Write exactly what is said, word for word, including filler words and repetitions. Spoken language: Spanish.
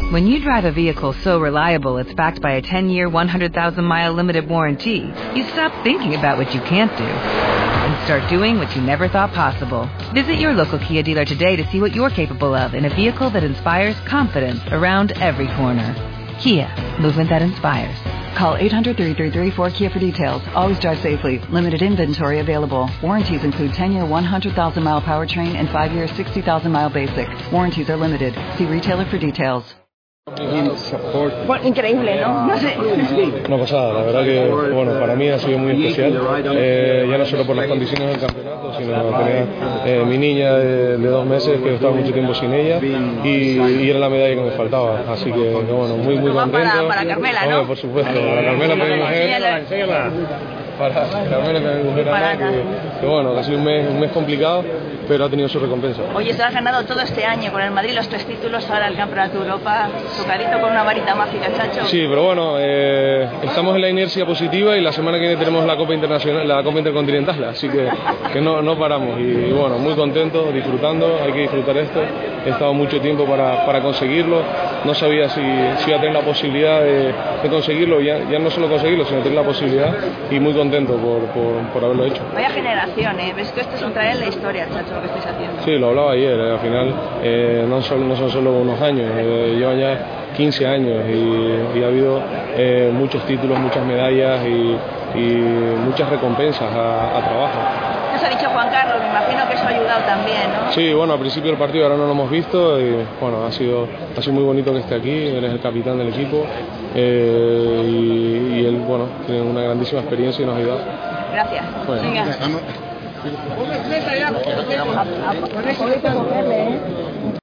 When you drive a vehicle so reliable it's backed by a ten-year, one hundred thousand mile limited warranty, you stop thinking about what you can't do and start doing what you never thought possible. Visit your local Kia dealer today to see what you're capable of in a vehicle that inspires confidence around every corner. Kia, movement that inspires. Call eight hundred, three three three, four K I A for details. Always drive safely. Limited inventory available. Warranties include ten-year, one hundred thousand mile powertrain and five-year, sixty thousand mile basic. Warranties are limited. See retailer for details. Bueno, increíble, ¿no? No sé. Una pasada, la verdad que bueno, para mí ha sido muy especial, eh, ya no solo por las condiciones del campeonato, sino tenía eh, mi niña de, de dos meses que estaba mucho tiempo sin ella y, y era la medalla que me faltaba, así que bueno, muy muy contento. Para, para Carmela, ¿no? Hombre, por supuesto, para Carmela, para mi mujer, para Carmela, para mi mujer Ana, que, que bueno, que ha sido un mes, un mes complicado, pero ha tenido su recompensa. Oye, se has ganado todo este año con el Madrid, los tres títulos, ahora el Campeonato de Europa, tocadito con una varita mágica, chacho. Sí, pero bueno, eh, estamos en la inercia positiva y la semana que viene tenemos la Copa Internacional, la Copa Intercontinental, así que, que no, no paramos. Y, y bueno, muy contentos, disfrutando, hay que disfrutar esto. He estado mucho tiempo para, para conseguirlo, no sabía si, si iba a tener la posibilidad de, de conseguirlo, ya, ya no solo conseguirlo, sino tener la posibilidad y muy contento por, por, por haberlo hecho. Vaya generación, ¿eh? Ves que esto es un traer en la historia, chacho, lo que estáis haciendo. Sí, lo hablaba ayer, eh, al final eh, no, son, no son solo unos años, eh, llevan ya quince años y, y ha habido eh, muchos títulos, muchas medallas y, y muchas recompensas a, a trabajo. Nos ha dicho Juan Carlos, me imagino que eso ha ayudado también, ¿no? Sí, bueno, al principio del partido ahora no lo hemos visto y bueno, ha sido, ha sido muy bonito que esté aquí, él es el capitán del equipo eh, y, y él, bueno, tiene una grandísima experiencia y nos ha ayudado. Gracias. Bueno. Venga.